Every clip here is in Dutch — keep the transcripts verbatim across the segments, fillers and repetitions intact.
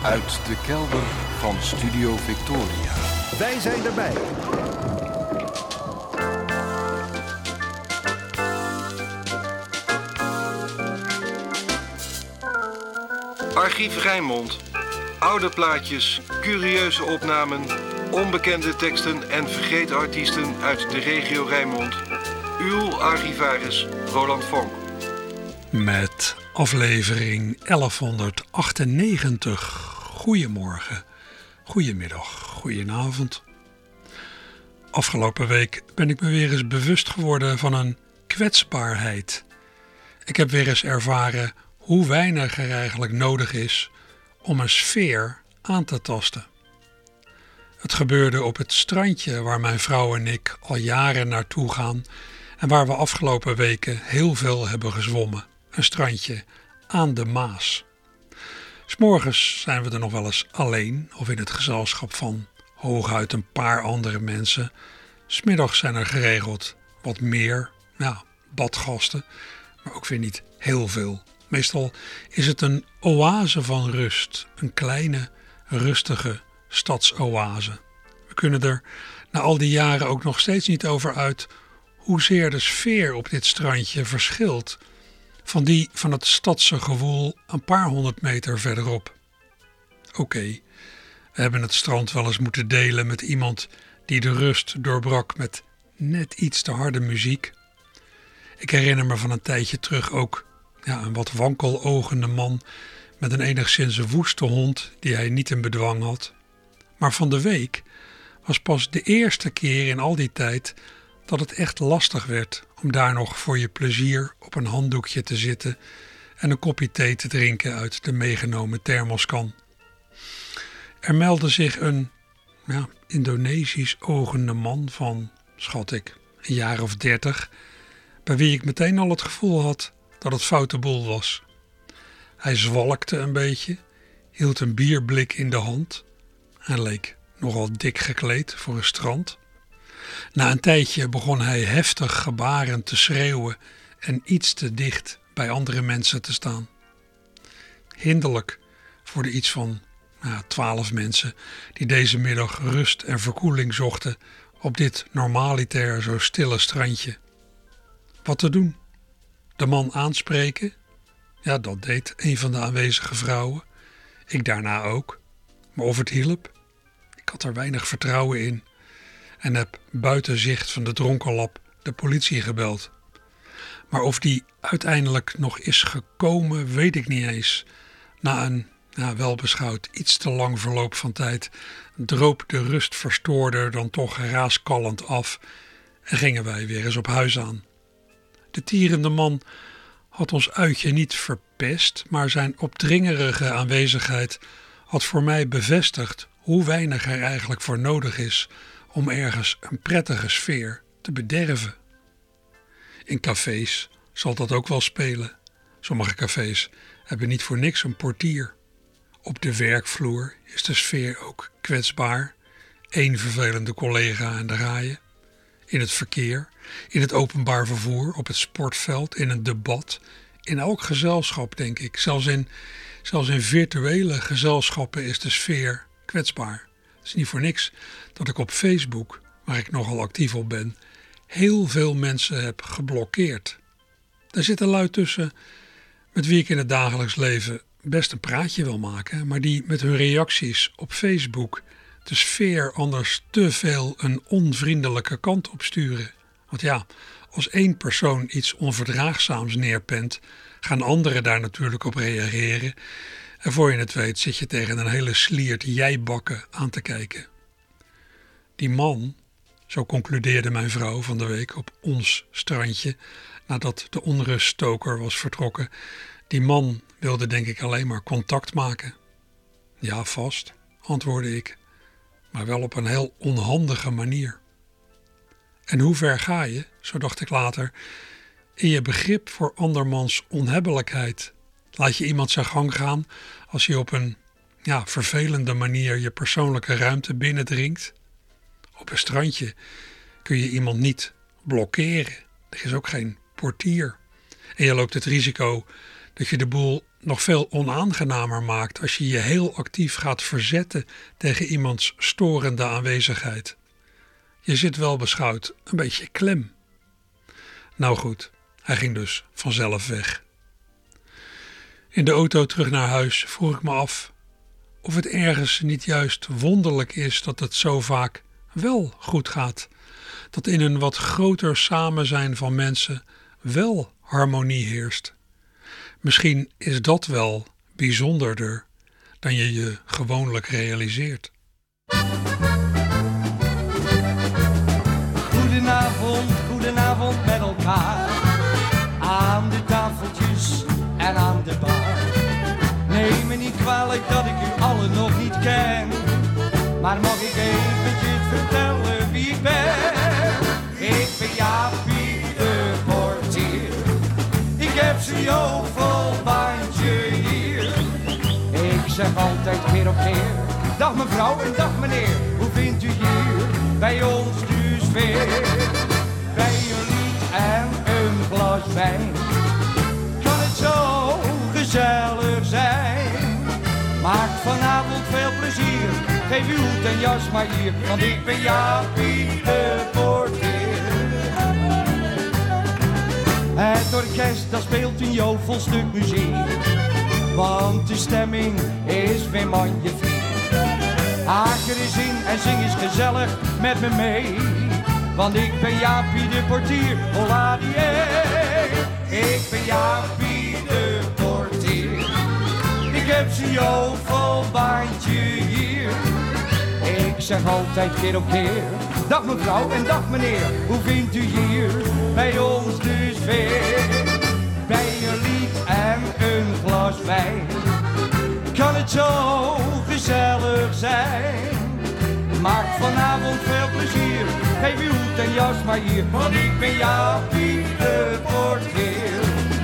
Uit de kelder van Studio Victoria. Wij zijn erbij. Archief Rijnmond. Oude plaatjes, curieuze opnamen, onbekende teksten en vergeten artiesten uit de regio Rijnmond. Uw archivaris Roland Vonk. Met aflevering elfhonderdachtennegentig. Goedemorgen, goedemiddag, goedenavond. Afgelopen week ben ik me weer eens bewust geworden van een kwetsbaarheid. Ik heb weer eens ervaren hoe weinig er eigenlijk nodig is om een sfeer aan te tasten. Het gebeurde op het strandje waar mijn vrouw en ik al jaren naartoe gaan en waar we afgelopen weken heel veel hebben gezwommen. Een strandje aan de Maas. 'S Morgens zijn we er nog wel eens alleen of in het gezelschap van hooguit een paar andere mensen. 'S Middags zijn er geregeld wat meer, ja, badgasten, maar ook weer niet heel veel. Meestal is het een oase van rust, een kleine, rustige stadsoase. We kunnen er na al die jaren ook nog steeds niet over uit hoezeer de sfeer op dit strandje verschilt van die van het stadse gewoel een paar honderd meter verderop. Oké, okay, we hebben het strand wel eens moeten delen met iemand die de rust doorbrak met net iets te harde muziek. Ik herinner me van een tijdje terug ook ja, een wat wankelogende man met een enigszins woeste hond die hij niet in bedwang had. Maar van de week was pas de eerste keer in al die tijd dat het echt lastig werd om daar nog voor je plezier op een handdoekje te zitten en een kopje thee te drinken uit de meegenomen thermoskan. Er meldde zich een ja, Indonesisch ogende man van, schat ik, een jaar of dertig, bij wie ik meteen al het gevoel had dat het foute boel was. Hij zwalkte een beetje, hield een bierblik in de hand en leek nogal dik gekleed voor een strand. Na een tijdje begon hij heftig gebarend te schreeuwen en iets te dicht bij andere mensen te staan. Hinderlijk voor de iets van nou, twaalf mensen die deze middag rust en verkoeling zochten op dit normaliter zo stille strandje. Wat te doen? De man aanspreken? Ja, dat deed een van de aanwezige vrouwen. Ik daarna ook. Maar of het hielp? Ik had er weinig vertrouwen in en heb buiten zicht van de dronkenlap de politie gebeld. Maar of die uiteindelijk nog is gekomen, weet ik niet eens. Na een, nou, welbeschouwd, iets te lang verloop van tijd droop de rustverstoorder dan toch raaskallend af en gingen wij weer eens op huis aan. De tierende man had ons uitje niet verpest, maar zijn opdringerige aanwezigheid had voor mij bevestigd hoe weinig er eigenlijk voor nodig is om ergens een prettige sfeer te bederven. In cafés zal dat ook wel spelen. Sommige cafés hebben niet voor niks een portier. Op de werkvloer is de sfeer ook kwetsbaar. Eén vervelende collega aan de raaien. In het verkeer, in het openbaar vervoer, op het sportveld, in een debat. In elk gezelschap, denk ik. Zelfs in, zelfs in virtuele gezelschappen is de sfeer kwetsbaar. Het is niet voor niks dat ik op Facebook, waar ik nogal actief op ben, heel veel mensen heb geblokkeerd. Daar zitten lui tussen met wie ik in het dagelijks leven best een praatje wil maken, maar die met hun reacties op Facebook de sfeer anders te veel een onvriendelijke kant op sturen. Want ja, als één persoon iets onverdraagzaams neerpent, gaan anderen daar natuurlijk op reageren. En voor je het weet zit je tegen een hele sliert jijbakken aan te kijken. Die man, zo concludeerde mijn vrouw van de week op ons strandje, nadat de onruststoker was vertrokken, die man wilde denk ik alleen maar contact maken. Ja, vast, antwoordde ik, maar wel op een heel onhandige manier. En hoe ver ga je, zo dacht ik later, in je begrip voor andermans onhebbelijkheid? Laat je iemand zijn gang gaan als je op een ja, vervelende manier je persoonlijke ruimte binnendringt? Op een strandje kun je iemand niet blokkeren. Er is ook geen portier. En je loopt het risico dat je de boel nog veel onaangenamer maakt als je je heel actief gaat verzetten tegen iemands storende aanwezigheid. Je zit wel beschouwd een beetje klem. Nou goed, hij ging dus vanzelf weg. In de auto terug naar huis vroeg ik me af of het ergens niet juist wonderlijk is dat het zo vaak wel goed gaat. Dat in een wat groter samenzijn van mensen wel harmonie heerst. Misschien is dat wel bijzonderder dan je je gewoonlijk realiseert. Goedenavond, goedenavond met elkaar. Aan de tafeltjes en aan de bar. Neem me niet kwalijk dat ik u allen nog niet ken. Maar mag ik eventjes vertellen wie ik ben? Ik ben Jaapie de portier. Ik heb zo'n jovelbandje hier. Ik zeg altijd keer op keer. Dag mevrouw en dag meneer. Hoe vindt u hier bij ons de sfeer? Bij een lied en een glas wijn. Kan het zo gezellig zijn? Maak vanavond veel plezier. Geef uw hoed en jas maar hier. Want ik ben Jaapie de portier. Het orkest dat speelt een jovelstuk muziek. Want de stemming is weer magnifiek. Haak er eens in en zing eens gezellig met me mee. Want ik ben Jaapie de portier, hola die hey. Ik ben Jaapie de portier. Ik heb zo'n jovelbaantje hier. Ik zeg altijd keer op keer. Dag mevrouw en dag meneer. Hoe vindt u hier bij ons de sfeer? Bij een lied en een glas wijn. Kan het zo gezellig zijn? Maak vanavond veel plezier. Geef uw hoed en jas maar hier. Want ik ben Jaapie de portier.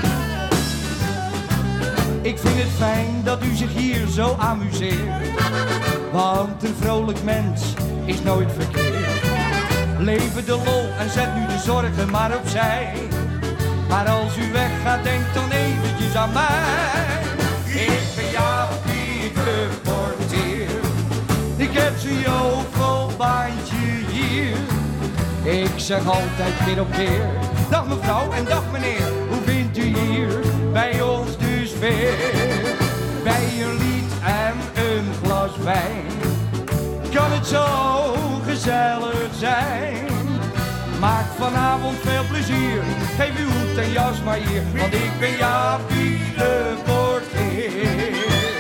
Ik vind het fijn dat u zich hier zo amuseert. Want een vrolijk mens is nooit verkeerd. Leven de lol en zet nu de zorgen maar opzij. Maar als u weggaat, denk dan eventjes aan mij. Ik ben Jaapie de portier. Ik heb zo'n jovelbaantje hier. Ik zeg altijd keer op keer. Dag mevrouw en dag meneer. Hoe vindt u hier bij ons de sfeer? Bij een lied en een glas wijn. Kan het zo gezellig zijn? Maak vanavond veel plezier. Geef uw hoed en jas maar hier. Want ik ben Jaapie de portier.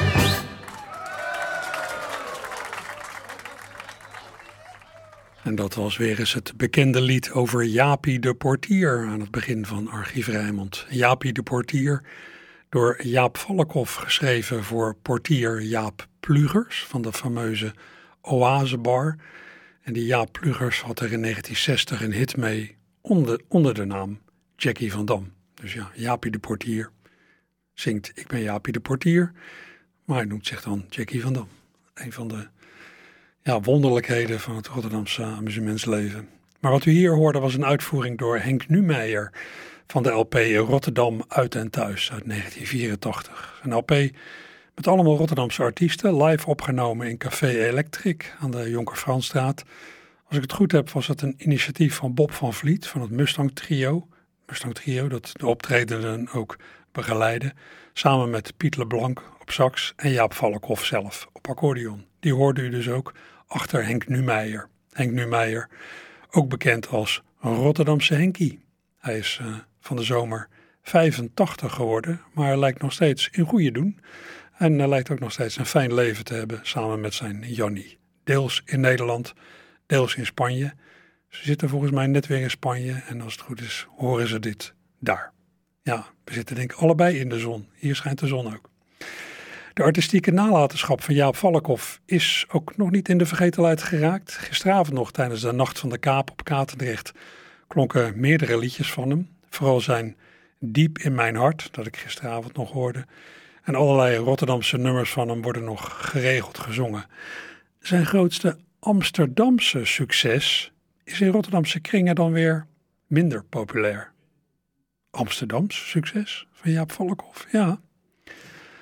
En dat was weer eens het bekende lied over Jaapie de portier aan het begin van Archief Rijnmond. Jaapie de portier, door Jaap Valkhoff geschreven voor portier Jaap Plugers van de fameuze Oasebar. En die Jaap Plugers had er in negentien zestig een hit mee onder, onder de naam Jackie van Dam. Dus ja, Jaapie de portier zingt ik ben Jaapie de portier, maar hij noemt zich dan Jackie van Dam. Een van de ja, wonderlijkheden van het Rotterdamse amusementsleven. Maar wat u hier hoorde was een uitvoering door Henk Numeijer van de L P Rotterdam uit en thuis uit negentien vierentachtig. Een L P met allemaal Rotterdamse artiesten, live opgenomen in Café Electric aan de Jonker Fransstraat. Als ik het goed heb was het een initiatief van Bob van Vliet van het Mustang Trio. Mustang Trio dat de optredenden ook begeleidde. Samen met Piet LeBlanc op sax en Jaap Valkhoff zelf op accordeon. Die hoorde u dus ook achter Henk Numeijer. Henk Numeijer, ook bekend als Rotterdamse Henkie. Hij is uh, van de zomer vijfentachtig geworden, maar hij lijkt nog steeds in goede doen. En hij lijkt ook nog steeds een fijn leven te hebben samen met zijn Jannie. Deels in Nederland, deels in Spanje. Ze zitten volgens mij net weer in Spanje en als het goed is horen ze dit daar. Ja, we zitten denk ik allebei in de zon. Hier schijnt de zon ook. De artistieke nalatenschap van Jaap Valkhoff is ook nog niet in de vergetelheid geraakt. Gisteravond nog tijdens de Nacht van de Kaap op Katendrecht klonken meerdere liedjes van hem. Vooral zijn Diep in mijn hart, dat ik gisteravond nog hoorde. En allerlei Rotterdamse nummers van hem worden nog geregeld gezongen. Zijn grootste Amsterdamse succes is in Rotterdamse kringen dan weer minder populair. Amsterdams succes van Jaap Valkhoff, ja.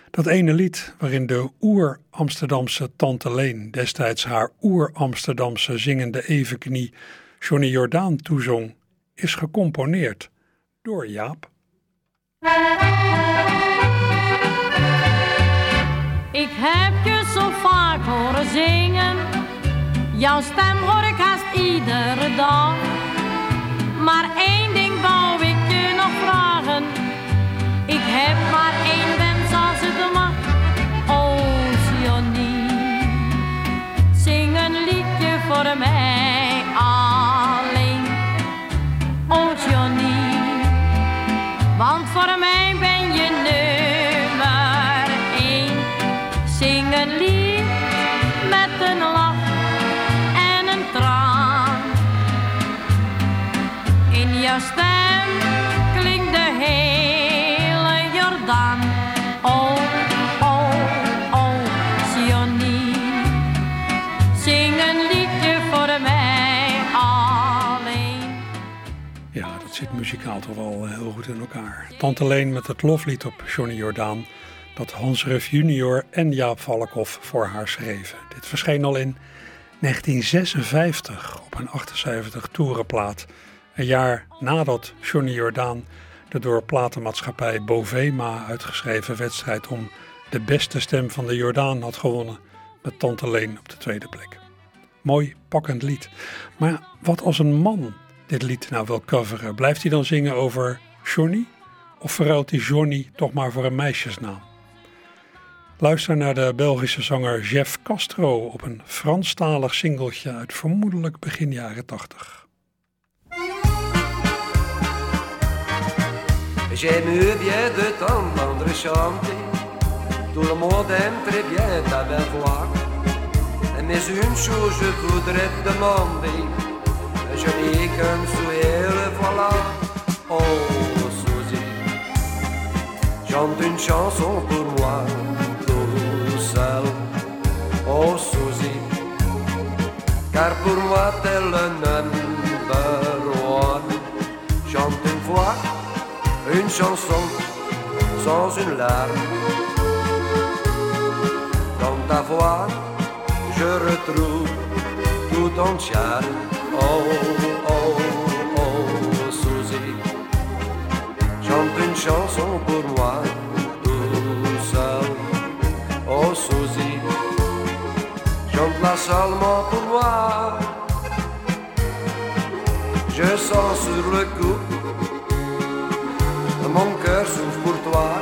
Dat ene lied waarin de oer-Amsterdamse Tante Leen destijds haar oer-Amsterdamse zingende evenknie Johnny Jordaan toezong, is gecomponeerd door Jaap. Ik heb je zo vaak horen zingen, jouw stem hoor ik haast iedere dag. Maar één ding wou ik je nog vragen, ik heb maar één wens als het mag. Oh Johnny, zing een liedje voor mij alleen. Oh Johnny, want voor mij ben je nummer één. Zing een lied met een lach en een traan. In jouw stem klinkt de hele Jordaan. Oh, oh, oh, Johnny, zing een liedje voor mij alleen. Ja, dat zit muzikaal toch wel heel goed in elkaar. Tante Leen met het loflied op Johnny Jordaan, dat Hans Ruf junior en Jaap Valkhoff voor haar schreven. Dit verscheen al in negentien zesenvijftig op een achtenzeventig toerenplaat. Een jaar nadat Johnny Jordaan de door platenmaatschappij Bovema uitgeschreven wedstrijd om de beste stem van de Jordaan had gewonnen, met Tante Leen op de tweede plek. Mooi, pakkend lied. Maar wat als een man dit lied nou wil coveren? Blijft hij dan zingen over Johnny? Of verruilt hij Johnny toch maar voor een meisjesnaam? Luister naar de Belgische zanger Jeff Castro op een Franstalig singeltje uit vermoedelijk begin jaren tachtig. J'aime bien de t'entendre chanter, tout le monde aime très bien ta belle voix. Mais une chose je voudrais te demander, je n'ai qu'un souhait, le voilà. Oh Suzy, chante une chanson pour moi, tout seul. Oh Suzy, car pour moi t'es le number one. Chante une fois une chanson sans une larme. Dans ta voix je retrouve tout ton charme. Oh, oh, oh, Suzy, chante une chanson pour moi, tout seul. Oh Suzy, chante-la seulement pour moi. Je sens sur le coup, mon cœur s'ouvre pour toi.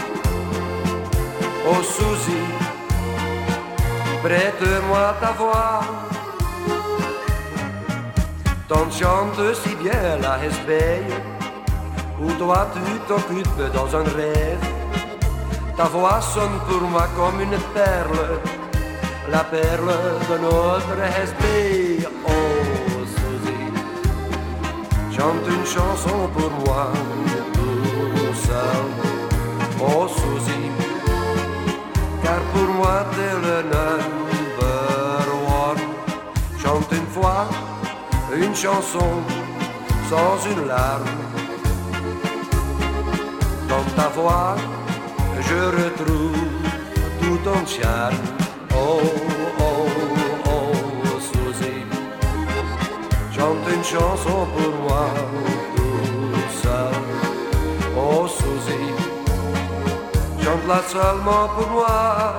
Oh Suzy, prête-moi ta voix. T'en chantes si bien la Hesbeille, où toi tu t'occupes dans un rêve. Ta voix sonne pour moi comme une perle, la perle de notre Hesbeille. Oh Suzy, chante une chanson pour moi, tout seul. Oh Suzy, car pour moi t'es le number one. Chante une fois une chanson sans une larme. Dans ta voix je retrouve tout ton charme. Oh, oh, oh, Suzy, chante une chanson pour moi, tout seul. Oh Suzy, chante-la seulement pour moi.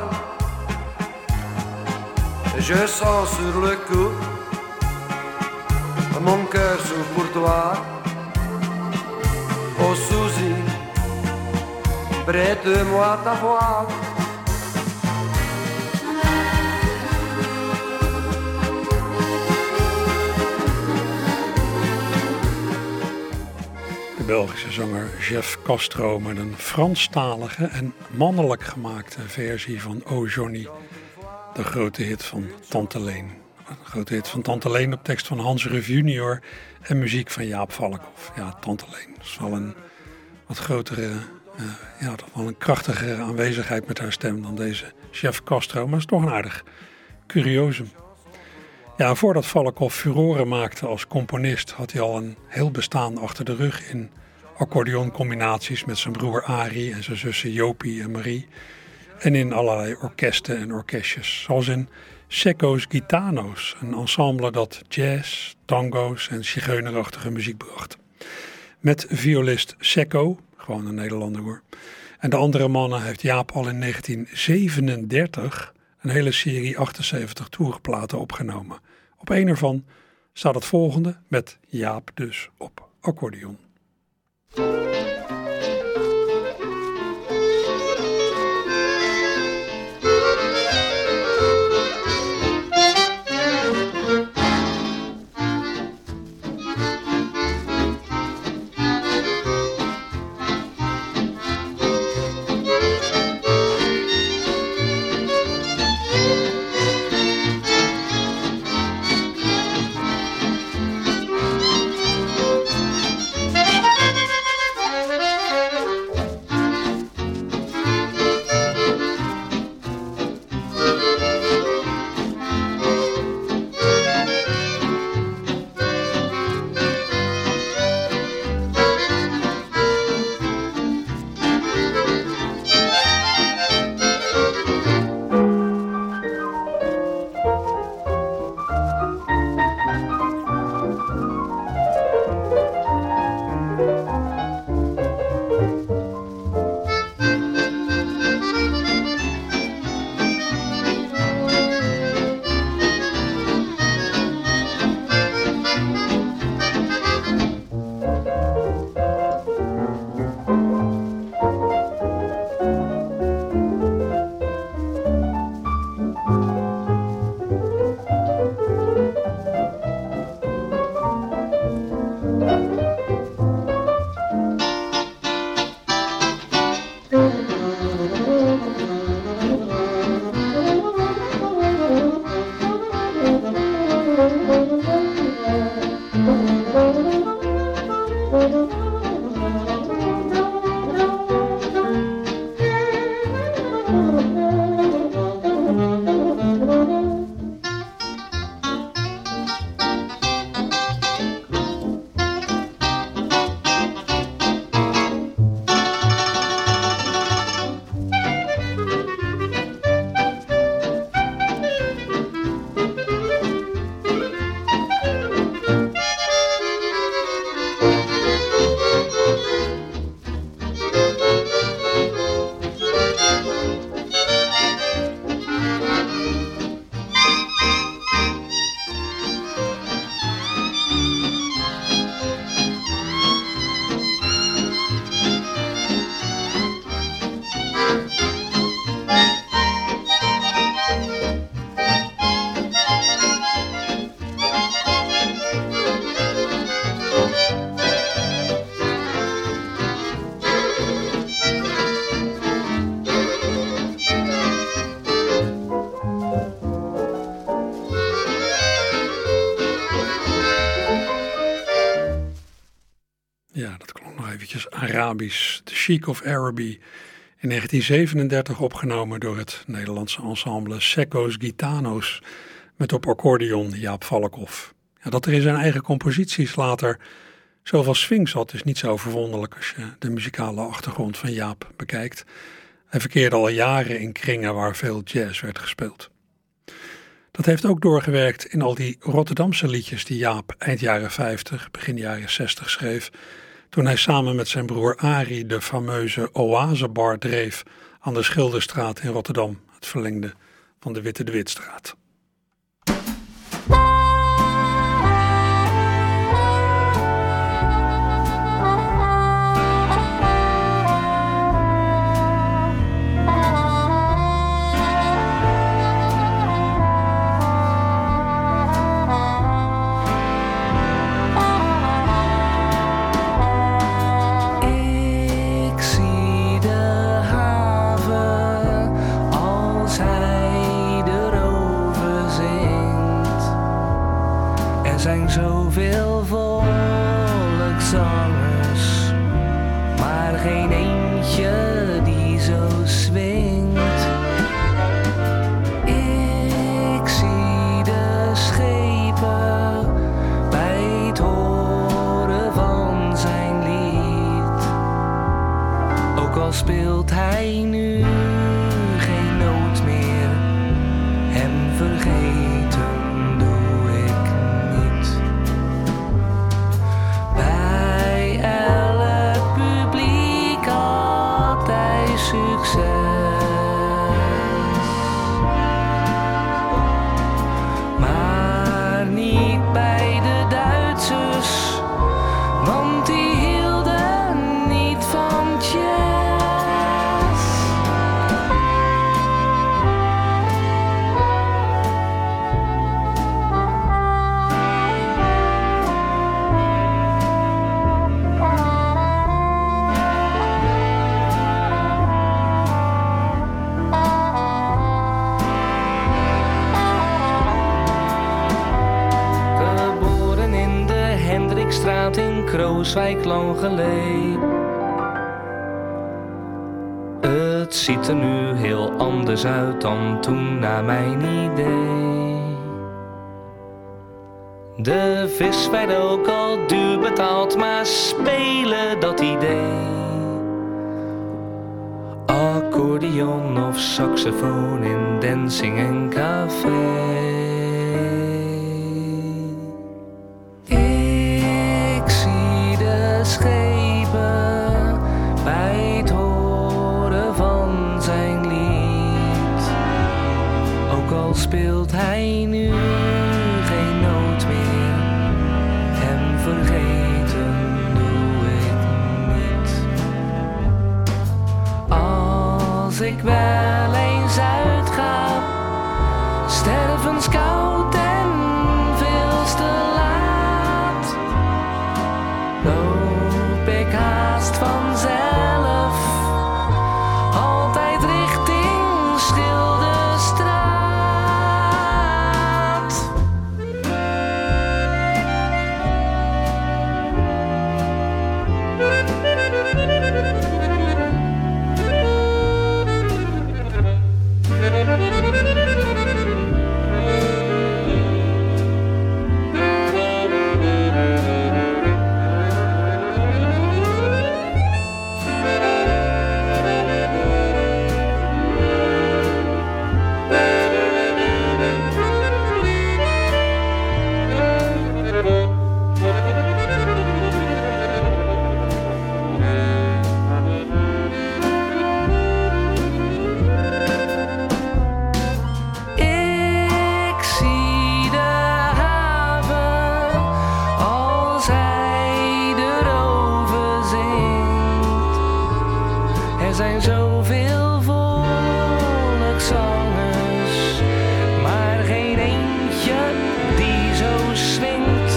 Je sens sur le coup, mon cœur s'ouvre pour toi. Oh Suzy, prête-moi ta voix. De Belgische zanger Jeff Castro met een Franstalige en mannelijk gemaakte versie van Oh Johnny, de grote hit van Tante Leen. Een grote hit van Tante Leen op tekst van Hans Ruf junior en muziek van Jaap Valkhoff. Ja, Tante Leen. Dat is wel een wat grotere, uh, ja, toch wel een krachtigere aanwezigheid met haar stem dan deze Jeff Castro, maar het is toch een aardig curiosum. Ja, voordat Valkhoff furoren maakte als componist had hij al een heel bestaan achter de rug in accordeoncombinaties met zijn broer Arie en zijn zussen Jopie en Marie. En in allerlei orkesten en orkestjes, zoals in Secco's Gitanos, een ensemble dat jazz, tango's en zigeunerachtige muziek bracht. Met violist Secco, gewoon een Nederlander hoor. En de andere mannen heeft Jaap al in negentien zevenendertig een hele serie achtenzeventig tourplaten opgenomen. Op een ervan staat het volgende met Jaap dus op accordeon. Ja, dat klonk nog eventjes Arabisch. The Sheik of Araby, in negentien zevenendertig opgenomen door het Nederlandse ensemble Secco's Gitanos, met op accordeon Jaap Valkhoff. Ja, dat er in zijn eigen composities later zoveel swing zat, is niet zo verwonderlijk als je de muzikale achtergrond van Jaap bekijkt. Hij verkeerde al jaren in kringen waar veel jazz werd gespeeld. Dat heeft ook doorgewerkt in al die Rotterdamse liedjes die Jaap eind jaren vijftig, begin jaren zestig schreef, toen hij samen met zijn broer Arie de fameuze Oasebar dreef aan de Schilderstraat in Rotterdam, het verlengde van de Witte de Witstraat. Zoveel volkszangers, maar geen eentje die zo swingt. Ik zie de schepen bij het horen van zijn lied. Ook al speelt hij nu geen straat in Krooswijk lang geleden. Het ziet er nu heel anders uit dan toen naar mijn idee. De vis werd ook al duur betaald, maar spelen dat idee. Accordeon of saxofoon in dancing en café. Ik zie de schepen bij het horen van zijn lied. Ook al speelt hij nu geen noot meer, hem vergeten doe ik niet. Als ik wel eens uitga, stervenskoud en veel te laat, loop ik haast vanzelf altijd richting Schildestraat. Er zijn zoveel volkszangers, maar geen eentje die zo swingt.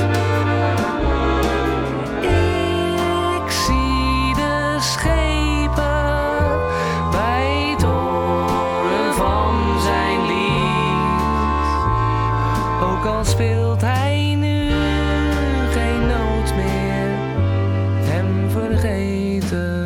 Ik zie de schepen bij het horen van zijn lied. Ook al speelt hij nu geen noot meer, hem vergeten.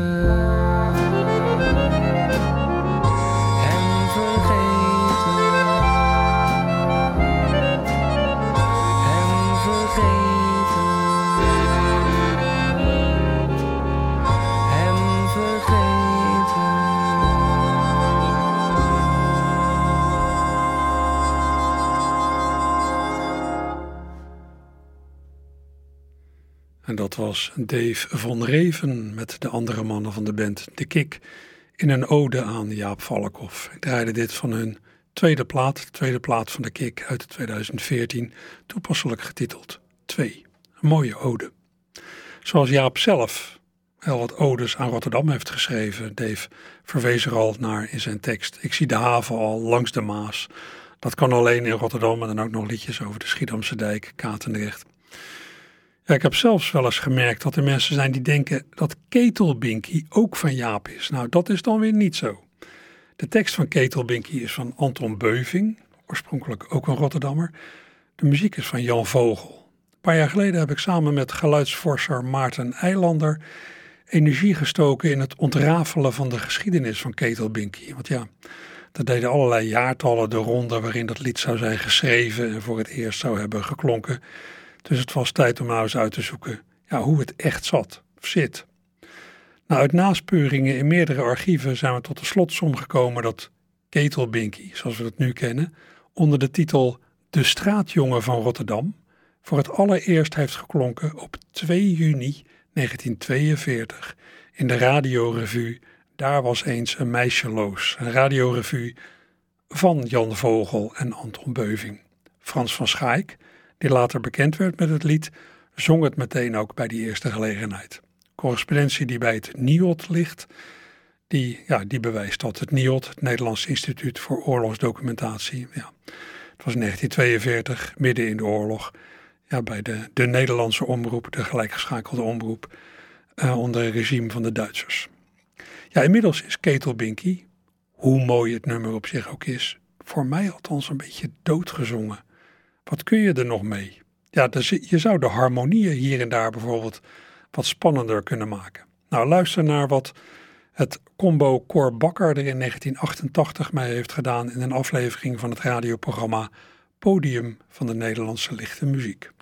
En dat was Dave van Reven met de andere mannen van de band De Kik in een ode aan Jaap Valkhoff. Ik draaide dit van hun tweede plaat, de tweede plaat van De Kik uit tweeduizend veertien, toepasselijk getiteld twee. Een mooie ode. Zoals Jaap zelf heel wat odes aan Rotterdam heeft geschreven. Dave verwees er al naar in zijn tekst. Ik zie de haven al langs de Maas. Dat kan alleen in Rotterdam en dan ook nog liedjes over de Schiedamse dijk, Katendrecht. Ja, ik heb zelfs wel eens gemerkt dat er mensen zijn die denken dat Ketelbinkie ook van Jaap is. Nou, dat is dan weer niet zo. De tekst van Ketelbinkie is van Anton Beuving, oorspronkelijk ook een Rotterdammer. De muziek is van Jan Vogel. Een paar jaar geleden heb ik samen met geluidsvorser Maarten Eilander energie gestoken in het ontrafelen van de geschiedenis van Ketelbinkie. Want ja, er deden allerlei jaartallen de ronde waarin dat lied zou zijn geschreven en voor het eerst zou hebben geklonken. Dus het was tijd om nou eens uit te zoeken ja, hoe het echt zat of zit. Nou, uit naspeuringen in meerdere archieven zijn we tot de slotsom gekomen dat Ketelbinkie, zoals we het nu kennen, onder de titel De Straatjongen van Rotterdam voor het allereerst heeft geklonken op twee juni negentien tweeënveertig in de radiorevue Daar was eens een meisjeloos. Een radiorevue van Jan Vogel en Anton Beuving. Frans van Schaik, die later bekend werd met het lied, zong het meteen ook bij die eerste gelegenheid. Correspondentie die bij het N I O D ligt, die, ja, die bewijst dat. Het N I O D, het Nederlands Instituut voor Oorlogsdocumentatie. Ja, het was negentien tweeënveertig, midden in de oorlog, ja, bij de, de Nederlandse omroep, de gelijkgeschakelde omroep, uh, onder het regime van de Duitsers. Ja, inmiddels is Ketelbinkie, hoe mooi het nummer op zich ook is, voor mij althans een beetje doodgezongen. Wat kun je er nog mee? Ja, dus je zou de harmonieën hier en daar bijvoorbeeld wat spannender kunnen maken. Nou, luister naar wat het combo Cor Bakker er in negentien achtentachtig mee heeft gedaan in een aflevering van het radioprogramma Podium van de Nederlandse Lichte Muziek.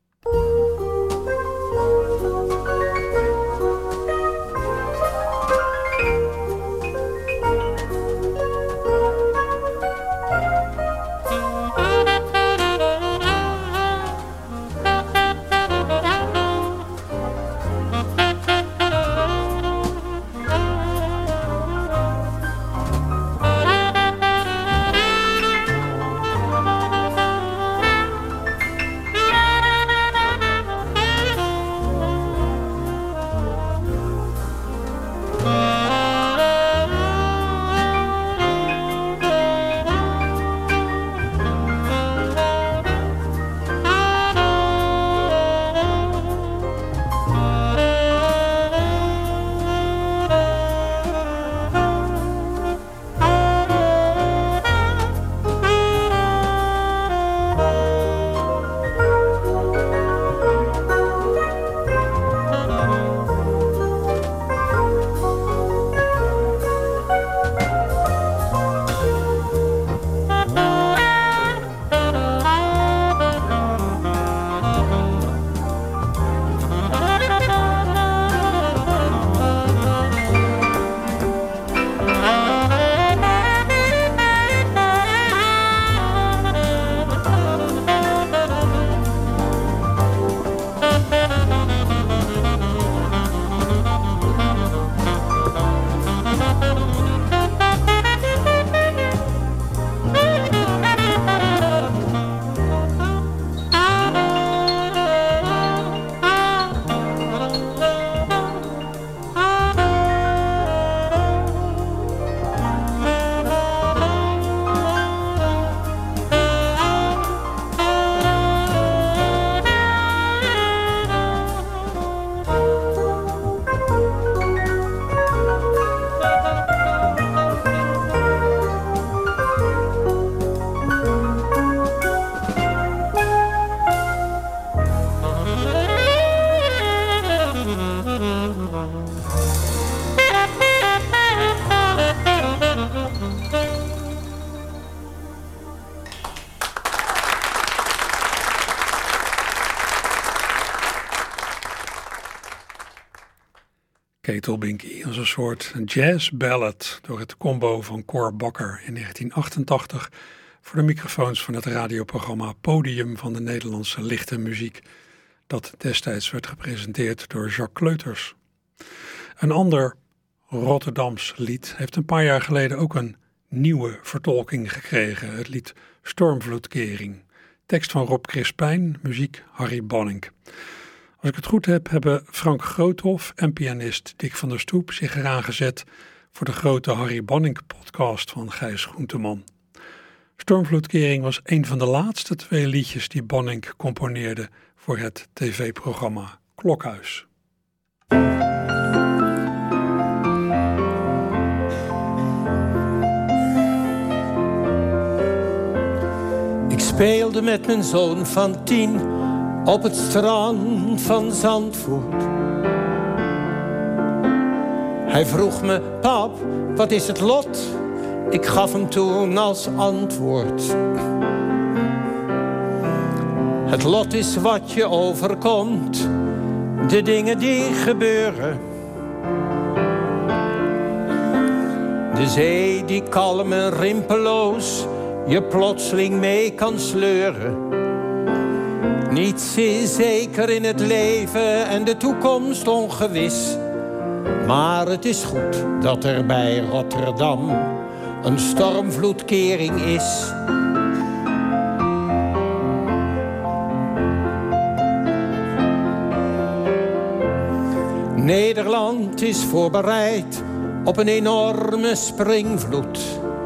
Ketelbinkie als een soort jazz ballad door het combo van Cor Bakker in negentien achtentachtig voor de microfoons van het radioprogramma Podium van de Nederlandse Lichte Muziek, dat destijds werd gepresenteerd door Jacques Kleuters. Een ander Rotterdams lied heeft een paar jaar geleden ook een nieuwe vertolking gekregen, het lied Stormvloedkering. Tekst van Rob Crispijn, muziek Harry Bannink. Als ik het goed heb, hebben Frank Groothoff en pianist Dick van der Stoep zich eraan gezet voor de grote Harry Bannink-podcast van Gijs Groenteman. Stormvloedkering was een van de laatste twee liedjes die Bannink componeerde voor het tv-programma Klokhuis. Ik speelde met mijn zoon van tien op het strand van Zandvoort. Hij vroeg me, pap, wat is het lot? Ik gaf hem toen als antwoord: het lot is wat je overkomt, de dingen die gebeuren. De zee die kalm en rimpeloos je plotseling mee kan sleuren. Niets is zeker in het leven en de toekomst ongewis. Maar het is goed dat er bij Rotterdam een stormvloedkering is. Nederland is voorbereid op een enorme springvloed.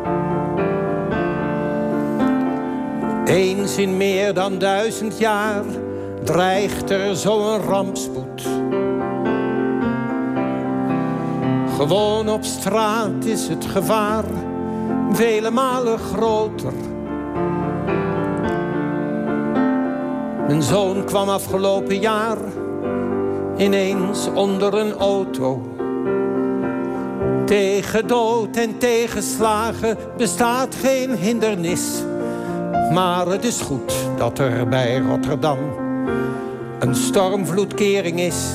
Eens in meer dan duizend jaar dreigt er zo'n rampspoed. Gewoon op straat is het gevaar vele malen groter. Mijn zoon kwam afgelopen jaar ineens onder een auto. Tegen dood en tegenslagen bestaat geen hindernis. Maar het is goed dat er bij Rotterdam een stormvloedkering is.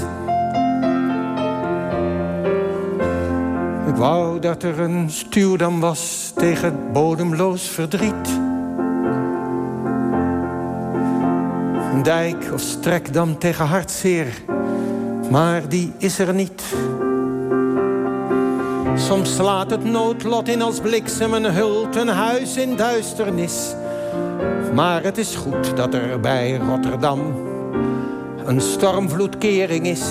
Ik wou dat er een stuwdam was tegen bodemloos verdriet. Een dijk of strekdam tegen hartzeer, maar die is er niet. Soms slaat het noodlot in als bliksem en hult een huis in duisternis. Maar het is goed dat er bij Rotterdam een stormvloedkering is.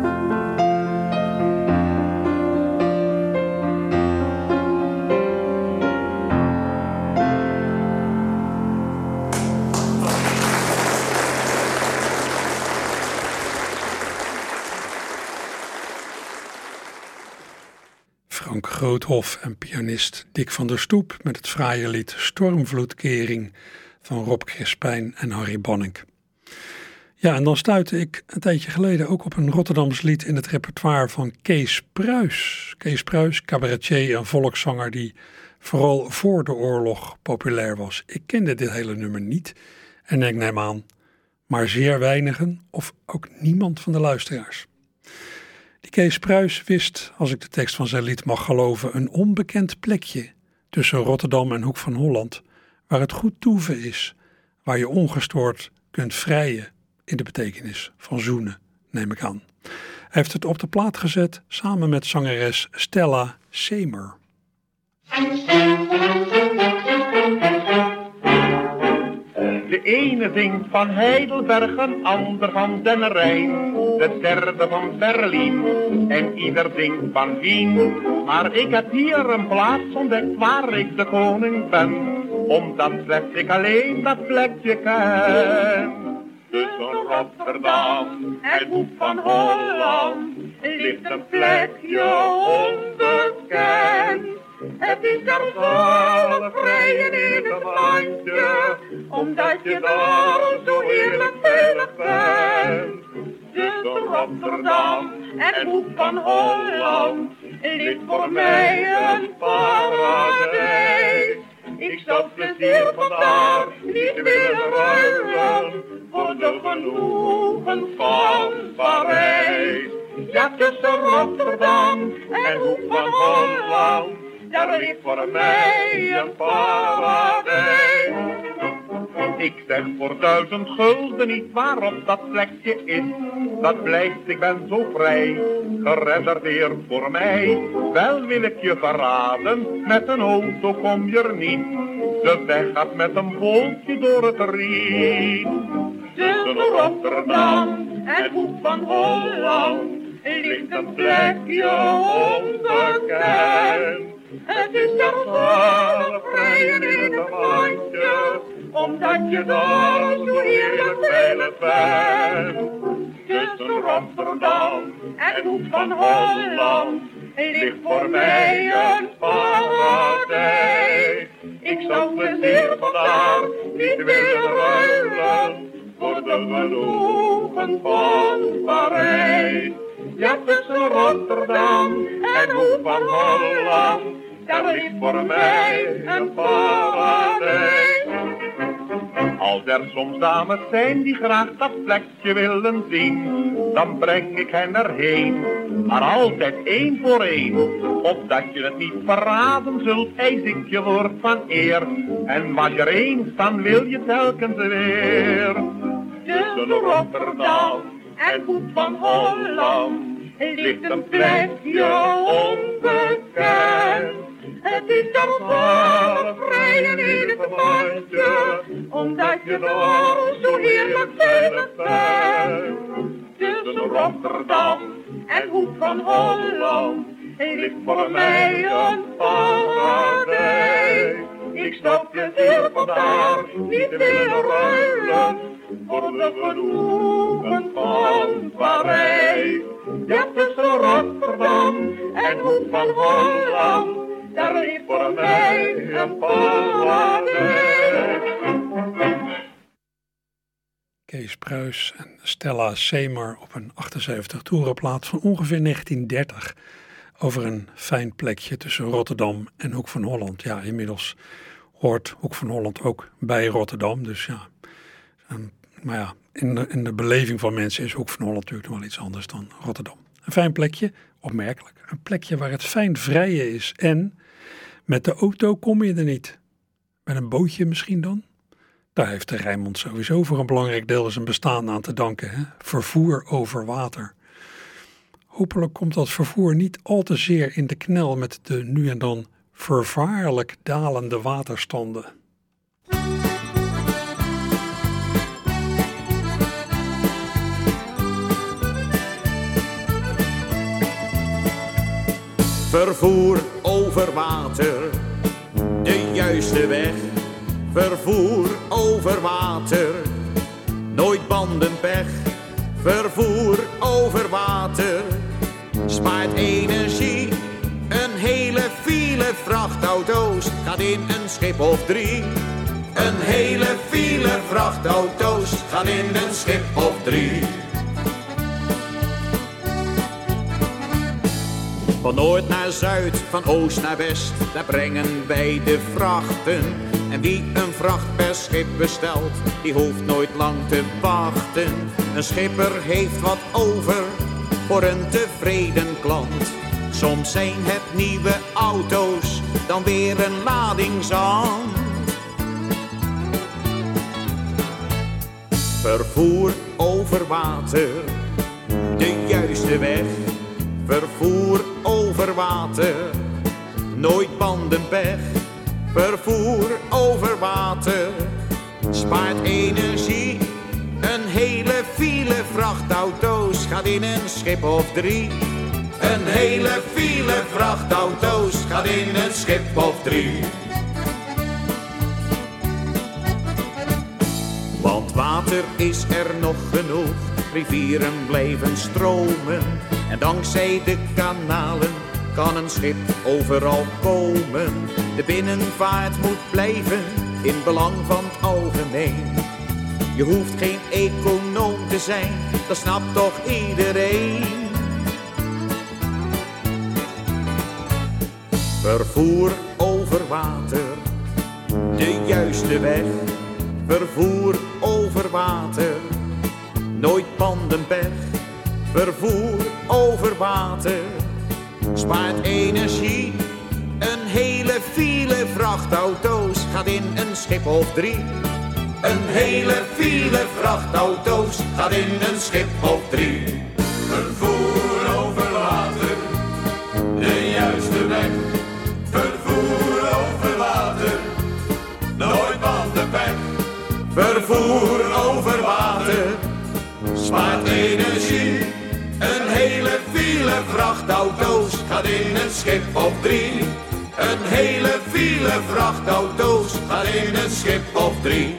Frank Groothoff en pianist Dick van der Stoep met het fraaie lied Stormvloedkering van Rob Crispijn en Harry Bonnink. Ja, en dan stuitte ik een tijdje geleden ook op een Rotterdams lied in het repertoire van Kees Pruis. Kees Pruis, cabaretier en volkszanger die vooral voor de oorlog populair was. Ik kende dit hele nummer niet en ik neem aan, maar zeer weinigen of ook niemand van de luisteraars. Die Kees Pruis wist, als ik de tekst van zijn lied mag geloven, een onbekend plekje tussen Rotterdam en Hoek van Holland, waar het goed toeven is, waar je ongestoord kunt vrijen in de betekenis van zoenen, neem ik aan. Hij heeft het op de plaat gezet samen met zangeres Stella Semer. De ene zingt van Heidelberg, een ander van Den Rijn, de derde van Berlijn en ieder zingt van Wien. Maar ik heb hier een plaats ontdekt waar ik de koning ben, omdat slechts ik alleen dat plekje ken. Tussen Rotterdam en Hoek van Holland ligt een plekje onbekend. Het is daar vol vrijen in het landje, omdat je daar zo heerlijk veilig bent. Tussen Rotterdam en Hoek van Holland ligt voor mij een paradijs. Ik zou plezier vandaar niet willen ruilen voor de genoegen van Parijs. Ja, tussen Rotterdam en Hoek van Holland, daar ligt voor mij een paradijs. Ik zeg voor duizend gulden niet waarop dat plekje is. Dat blijft, ik ben zo vrij, gereserveerd voor mij. Wel wil ik je verraden, met een auto kom je er niet. De weg gaat met een bootje door het riet. Tussen Rotterdam en Hoek van Holland ligt een plekje onbekend. Het is daar zalig vrijen in het landje, omdat je daar zo heerlijk veilig bent. Tussen Rotterdam en Hoek van Holland ligt voor mij een paradijs. Ik zou plezier vandaar niet willen ruilen voor de genoegen van Parijs. Ja, tussen Rotterdam en Hoek van Holland, daar ligt voor mij een paradijs. Als er soms dames zijn die graag dat plekje willen zien, dan breng ik hen erheen, maar altijd één voor één. Opdat je het niet verraden zult, eis ik je woord van eer. En was je er eens, dan wil je telkens weer. Tussen Rotterdam en Hoek van Holland ligt een plekje onbekend. Het is daar zalig vrijen in het landje, omdat je daar zo heerlijk veilig bent. Tussen Rotterdam en Hoek van Holland ligt voor mij een paradijs. Ik zou plezier vandaar niet willen ruilen voor de genoegen van Parijs. Ja, tussen Rotterdam en Hoek van Holland, daar ligt voor mij een paradijs. Kees Kees Pruis en Stella Semer op een achtenzeventig toerenplaat van ongeveer negentien dertig over een fijn plekje tussen Rotterdam en Hoek van Holland. Ja, inmiddels hoort Hoek van Holland ook bij Rotterdam, dus ja. Um, maar ja, in de, in de beleving van mensen is Hoek van Holland natuurlijk nog wel iets anders dan Rotterdam. Een fijn plekje, opmerkelijk. Een plekje waar het fijn vrijen is en met de auto kom je er niet. Met een bootje misschien dan? Daar heeft de Rijnmond sowieso voor een belangrijk deel zijn bestaan aan te danken. Hè? Vervoer over water. Hopelijk komt dat vervoer niet al te zeer in de knel met de nu en dan vervaarlijk dalende waterstanden. Vervoer over water, de juiste weg. Vervoer over water, nooit bandenpech. Vervoer over water, spaart energie. Een hele file vrachtauto's gaat in een schip of drie. Een hele file vrachtauto's gaat in een schip of drie. Van noord naar zuid, van oost naar west, daar brengen wij de vrachten. En wie een vracht per schip bestelt, die hoeft nooit lang te wachten. Een schipper heeft wat over voor een tevreden klant. Soms zijn het nieuwe auto's, dan weer een lading zand. Vervoer over water, de juiste weg. Vervoer over water, nooit bandenpech. Vervoer over water, spaart energie. Een hele file vrachtauto's gaat in een schip of drie. Een hele file vrachtauto's gaat in een schip of drie. Want water is er nog genoeg, rivieren blijven stromen. En dankzij de kanalen kan een schip overal komen. De binnenvaart moet blijven in belang van het algemeen. Je hoeft geen econoom te zijn, dat snapt toch iedereen. Vervoer over water, de juiste weg. Vervoer over water, nooit bandenpech. Vervoer over water, spaart energie. Een hele file vrachtauto's gaat in een schip of drie. Een hele file vrachtauto's gaat in een schip of drie. Vervoer over water, de juiste weg. Vervoer over water, nooit bandenpech. Vervoer over water, spaart energie. Een hele file vrachtauto's gaat in een schip of drie. Een hele file vrachtauto's gaat in een schip of drie.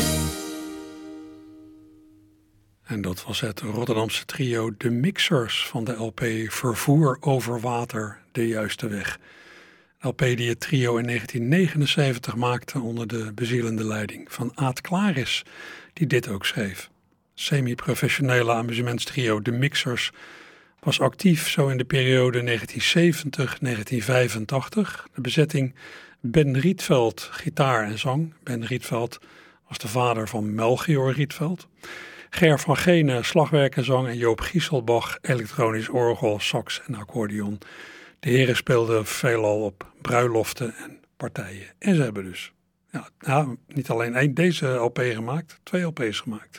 En dat was het Rotterdamse trio De Mixers van de L P Vervoer over Water, de juiste weg. L P die het trio in negentien negenenzeventig maakte onder de bezielende leiding van Aad Klaris, die dit ook schreef. Semi-professionele amusementstrio De Mixers was actief zo in de periode negentien zeventig tot negentien vijfentachtig. De bezetting Ben Rietveld, gitaar en zang. Ben Rietveld was de vader van Melchior Rietveld. Ger van Gene, slagwerk en zang en Joop Gieselbach, elektronisch orgel, sax en accordeon. De heren speelden veelal op bruiloften en partijen. En ze hebben dus ja, nou, niet alleen één deze L P gemaakt, twee L P's gemaakt.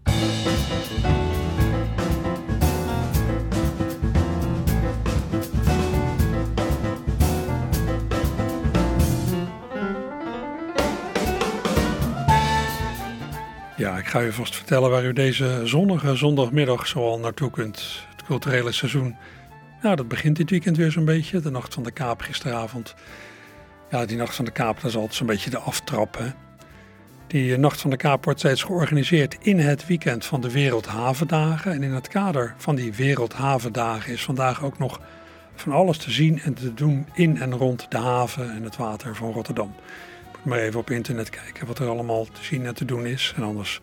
Ja, ik ga u vast vertellen waar u deze zonnige zondagmiddag zoal naartoe kunt. Het culturele seizoen, nou, dat begint dit weekend weer zo'n beetje. De Nacht van de Kaap gisteravond. Ja, die Nacht van de Kaap, dat is altijd zo'n beetje de aftrap, hè. Die Nacht van de Kaap wordt steeds georganiseerd in het weekend van de Wereldhavendagen. En in het kader van die Wereldhavendagen is vandaag ook nog van alles te zien en te doen in en rond de haven en het water van Rotterdam. Moet maar even op internet kijken wat er allemaal te zien en te doen is. En anders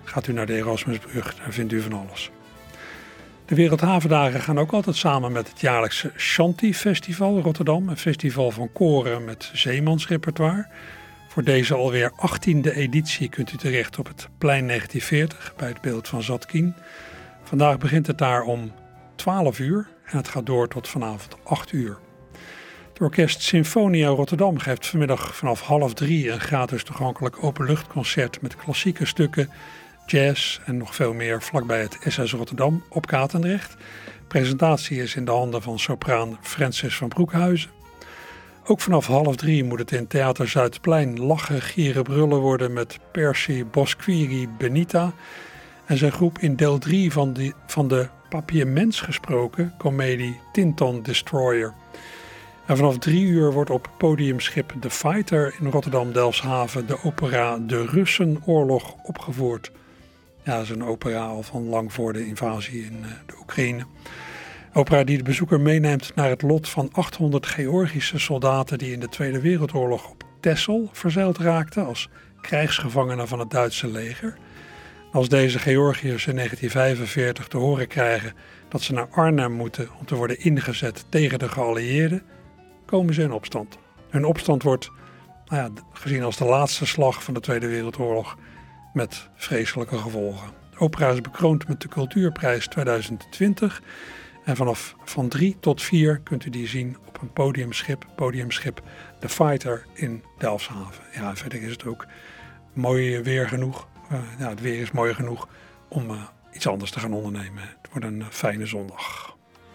Gaat u naar de Erasmusbrug, daar vindt u van alles. De Wereldhavendagen gaan ook altijd samen met het jaarlijkse Shanti Festival Rotterdam. Een festival van koren met zeemansrepertoire. Voor deze alweer achttiende editie kunt u terecht op het plein negentien veertig bij het beeld van Zatkin. Vandaag begint het daar om twaalf uur en het gaat door tot vanavond acht uur. Het orkest Sinfonia Rotterdam geeft vanmiddag vanaf half drie een gratis toegankelijk openluchtconcert met klassieke stukken, jazz en nog veel meer vlakbij het S S Rotterdam op Katendrecht. De presentatie is in de handen van sopraan Francis van Broekhuizen. Ook vanaf half drie moet het in Theater Zuidplein lachen, gieren, brullen worden met Percy Bosquiri Benita en zijn groep in deel drie van, die, van de Papiaments gesproken comedie Tinton Destroyer. En vanaf drie uur wordt op podiumschip The Fighter in Rotterdam-Delfshaven de opera De Russenoorlog opgevoerd. Ja, dat is een opera al van lang voor de invasie in uh, de Oekraïne. Opera die de bezoeker meeneemt naar het lot van achthonderd Georgische soldaten die in de Tweede Wereldoorlog op Texel verzeild raakten als krijgsgevangenen van het Duitse leger. Als deze Georgiërs in negentien vijfenveertig te horen krijgen dat ze naar Arnhem moeten om te worden ingezet tegen de geallieerden, komen ze in opstand. Hun opstand wordt nou ja, gezien als de laatste slag van de Tweede Wereldoorlog met vreselijke gevolgen. De opera is bekroond met de Cultuurprijs tweeduizend twintig en vanaf van drie tot vier kunt u die zien op een podiumschip, podiumschip The Fighter in Delfshaven. Ja, verder is het ook mooi weer genoeg. Uh, ja, het weer is mooi genoeg om uh, iets anders te gaan ondernemen. Het wordt een uh, fijne zondag.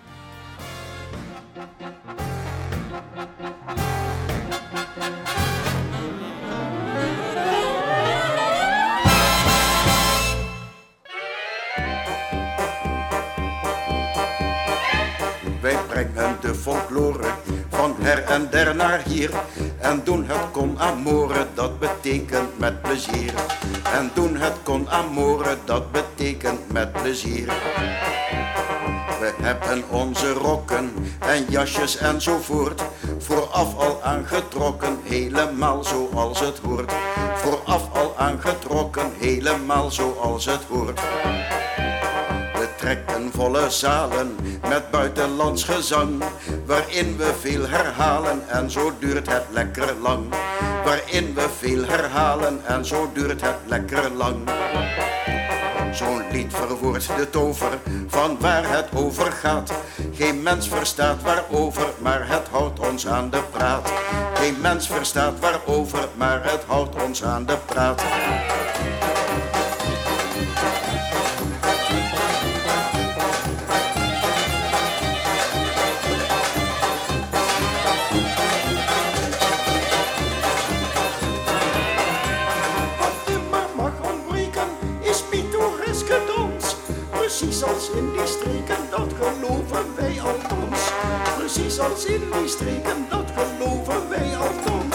Wij brengen de folklore van her en der naar hier en doen het con amore, dat betekent met plezier. En doen het con amore, dat betekent met plezier. We hebben onze rokken en jasjes enzovoort vooraf al aangetrokken, helemaal zoals het hoort. Vooraf al aangetrokken, helemaal zoals het hoort. We trekken volle zalen met buitenlands gezang, waarin we veel herhalen en zo duurt het lekker lang. Waarin we veel herhalen en zo duurt het lekker lang. Zo'n lied verwoordt de tover van waar het over gaat. Geen mens verstaat waarover, maar het houdt ons aan de praat. Geen mens verstaat waarover, maar het houdt ons aan de praat. Precies als in die streken, dat geloven wij althans. Precies als in die streken, dat geloven wij althans.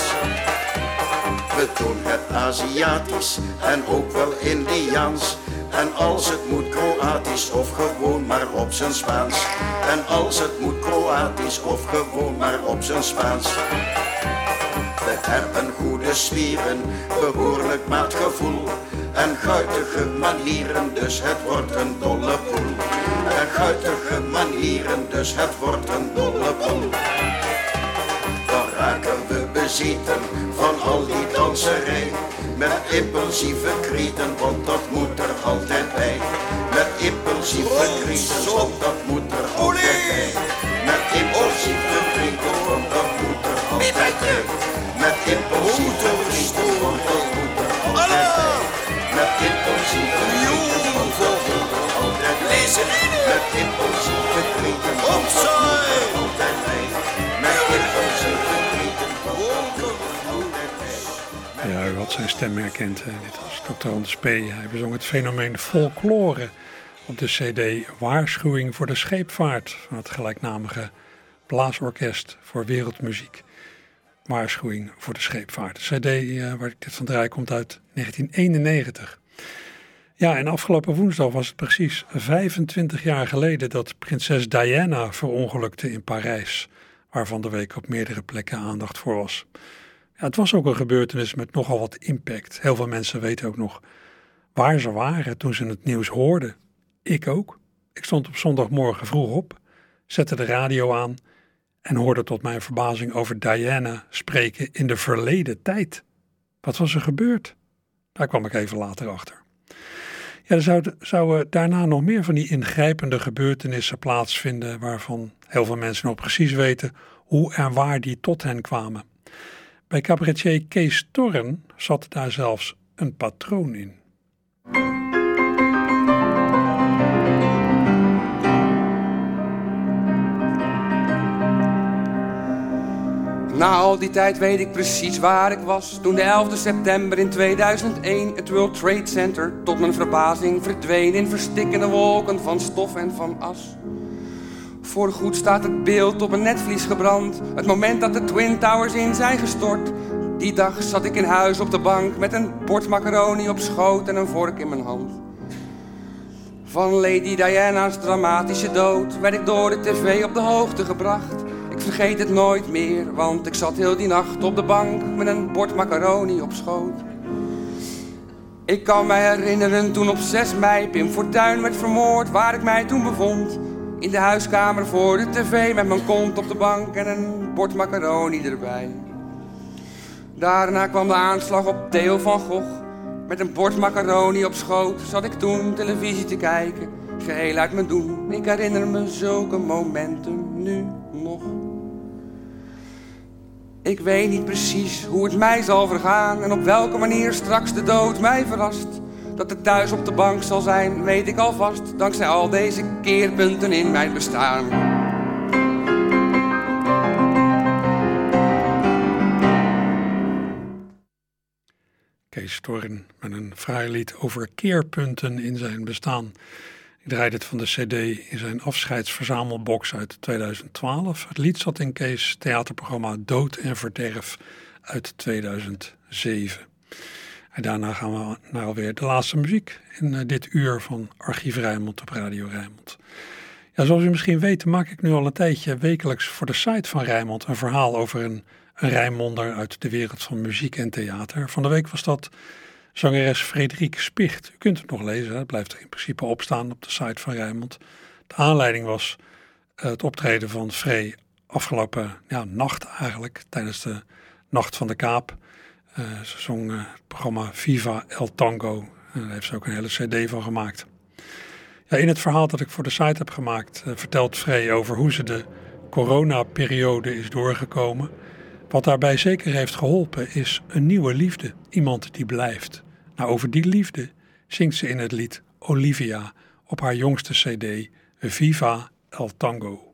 We doen het Aziatisch en ook wel Indiaans. En als het moet Kroatisch of gewoon maar op zijn Spaans. En als het moet Kroatisch of gewoon maar op zijn Spaans. We hebben goede spieren, behoorlijk maatgevoel. En guitige manieren, dus het wordt een dolle poel. En guitige manieren, dus het wordt een dolle poel. Dan raken we bezeten van al die danserij. Met impulsieve krieten, want dat moet er altijd bij. Met impulsieve krieten, want dat moet er altijd bij. Met impulsieve krieten, want dat moet er altijd bij. Met impulsieve krieten, want dat moet er altijd bij. Met impulsieve krieten, want dat moet er altijd bij. Met impulsieve krieten, want dat moet er altijd bij. Met impulsieve krieten, want dat moet er altijd bij. Ja, u had zijn stem herkend. Hè. Dit was dokter Anders P. Hij bezong het fenomeen folklore op de cd Waarschuwing voor de Scheepvaart van het gelijknamige blaasorkest voor wereldmuziek. Waarschuwing voor de Scheepvaart. De cd uh, waar ik dit van draai komt uit negentien eenennegentig. Ja, en afgelopen woensdag was het precies vijfentwintig jaar geleden dat prinses Diana verongelukte in Parijs, waar van de week op meerdere plekken aandacht voor was. Ja, het was ook een gebeurtenis met nogal wat impact. Heel veel mensen weten ook nog waar ze waren toen ze het nieuws hoorden. Ik ook. Ik stond op zondagmorgen vroeg op, zette de radio aan en hoorde tot mijn verbazing over Diana spreken in de verleden tijd. Wat was er gebeurd? Daar kwam ik even later achter. Ja, er zouden, zouden daarna nog meer van die ingrijpende gebeurtenissen plaatsvinden waarvan heel veel mensen nog precies weten hoe en waar die tot hen kwamen. Bij cabaretier Kees Torren zat daar zelfs een patroon in. Na al die tijd weet ik precies waar ik was toen de elfde september in tweeduizend één het World Trade Center tot mijn verbazing verdween in verstikkende wolken van stof en van as. Voorgoed staat het beeld op een netvlies gebrand, het moment dat de Twin Towers in zijn gestort. Die dag zat ik in huis op de bank met een bord macaroni op schoot en een vork in mijn hand. Van Lady Diana's dramatische dood werd ik door de tv op de hoogte gebracht. Ik vergeet het nooit meer, want ik zat heel die nacht op de bank met een bord macaroni op schoot. Ik kan me herinneren toen op zes mei Pim Fortuyn werd vermoord, waar ik mij toen bevond. In de huiskamer voor de tv met mijn kont op de bank en een bord macaroni erbij. Daarna kwam de aanslag op Theo van Gogh. Met een bord macaroni op schoot zat ik toen televisie te kijken, geheel uit mijn doen. Ik herinner me zulke momenten nu nog. Ik weet niet precies hoe het mij zal vergaan en op welke manier straks de dood mij verrast. Dat het thuis op de bank zal zijn, weet ik alvast, dankzij al deze keerpunten in mijn bestaan. Kees Torren met een fraai lied over keerpunten in zijn bestaan. Ik draaide het van de cd in zijn afscheidsverzamelbox uit tweeduizend twaalf. Het lied zat in Kees' theaterprogramma Dood en Verderf uit tweeduizend zeven. En daarna gaan we naar alweer de laatste muziek in uh, dit uur van Archief Rijnmond op Radio Rijnmond. Ja, zoals u misschien weet maak ik nu al een tijdje wekelijks voor de site van Rijnmond een verhaal over een, een Rijnmonder uit de wereld van muziek en theater. Van de week was dat zangeres Frederike Spicht. U kunt het nog lezen, het blijft er in principe opstaan op de site van Rijnmond. De aanleiding was uh, het optreden van Free afgelopen ja, nacht eigenlijk, tijdens de Nacht van de Kaap. Uh, ze zong uh, het programma Viva El Tango. En daar heeft ze ook een hele cd van gemaakt. Ja, in het verhaal dat ik voor de site heb gemaakt uh, vertelt Free over hoe ze de coronaperiode is doorgekomen. Wat daarbij zeker heeft geholpen is een nieuwe liefde. Iemand die blijft. Nou, over die liefde zingt ze in het lied Olivia op haar jongste cd Viva El Tango.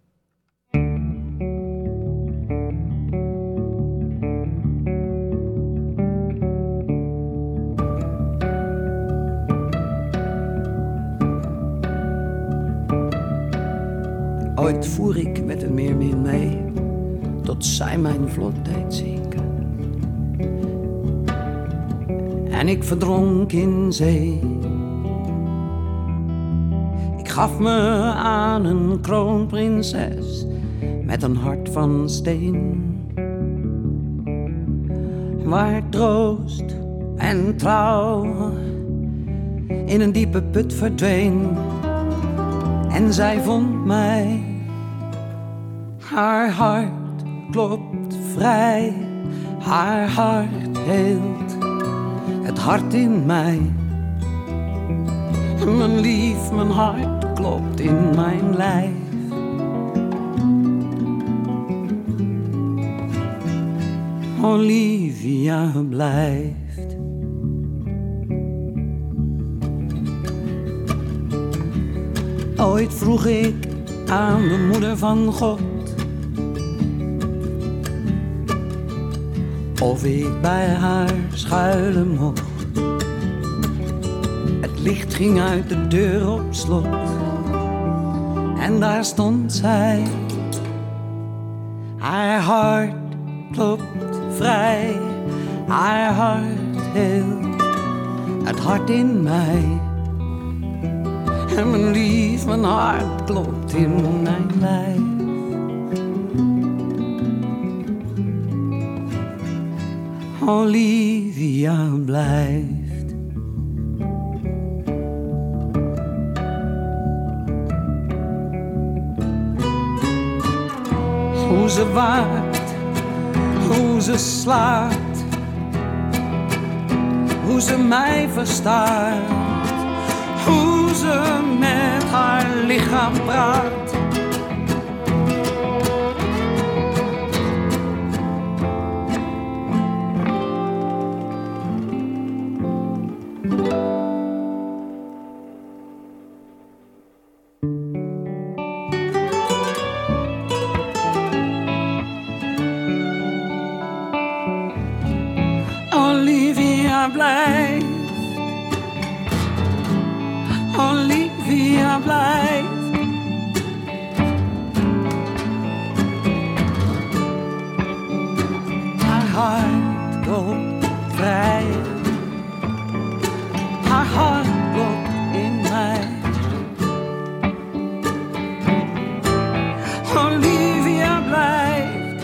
Ooit voer ik met een meermin mee, tot zij mijn vlot deed zinken. En ik verdronk in zee. Ik gaf me aan een kroonprinses met een hart van steen, waar troost en trouw in een diepe put verdween. En zij vond mij. Haar hart klopt vrij, haar hart heelt het hart in mij. Mijn lief, mijn hart klopt in mijn lijf. Olivia blijft. Ooit vroeg ik aan de moeder van God of ik bij haar schuilen mocht. Het licht ging uit de deur op slot en daar stond zij. Haar hart klopt vrij, haar hart heelt het hart in mij. En mijn lief, mijn hart klopt in mijn lijf. Olivia blijft. ze waakt, hoe ze slaapt, hoe ze mij verstaat, hoe ze met haar lichaam praat. Olivia blijft, Olivia blijft. Haar hart klopt vrij, haar hart klopt in mij. Olivia blijft.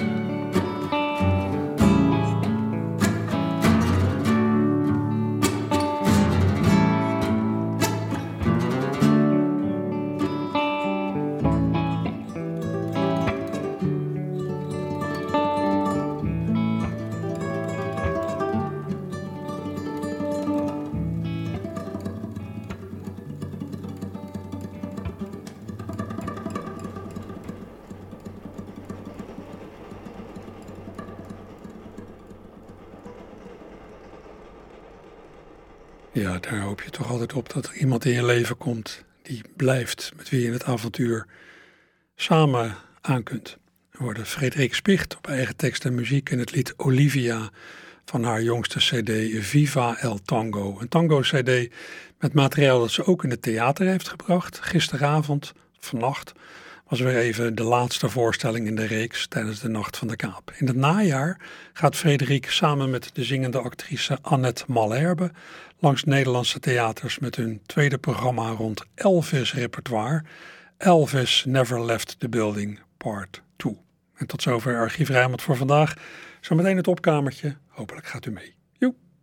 Ja, daar hoop je toch altijd op dat er iemand in je leven komt die blijft, met wie je het avontuur samen aan kunt. We hoorden Frederik Spicht op eigen tekst en muziek in het lied Olivia van haar jongste cd Viva el Tango. Een tango-cd met materiaal dat ze ook in het theater heeft gebracht. Gisteravond, vannacht, was weer even de laatste voorstelling in de reeks tijdens de Nacht van de Kaap. In het najaar gaat Frederik samen met de zingende actrice Annette Malherbe langs Nederlandse theaters met hun tweede programma rond Elvis-repertoire, Elvis Never Left the Building Part twee. En tot zover Archief Rijnmond voor vandaag. Zometeen het opkamertje. Hopelijk gaat u mee.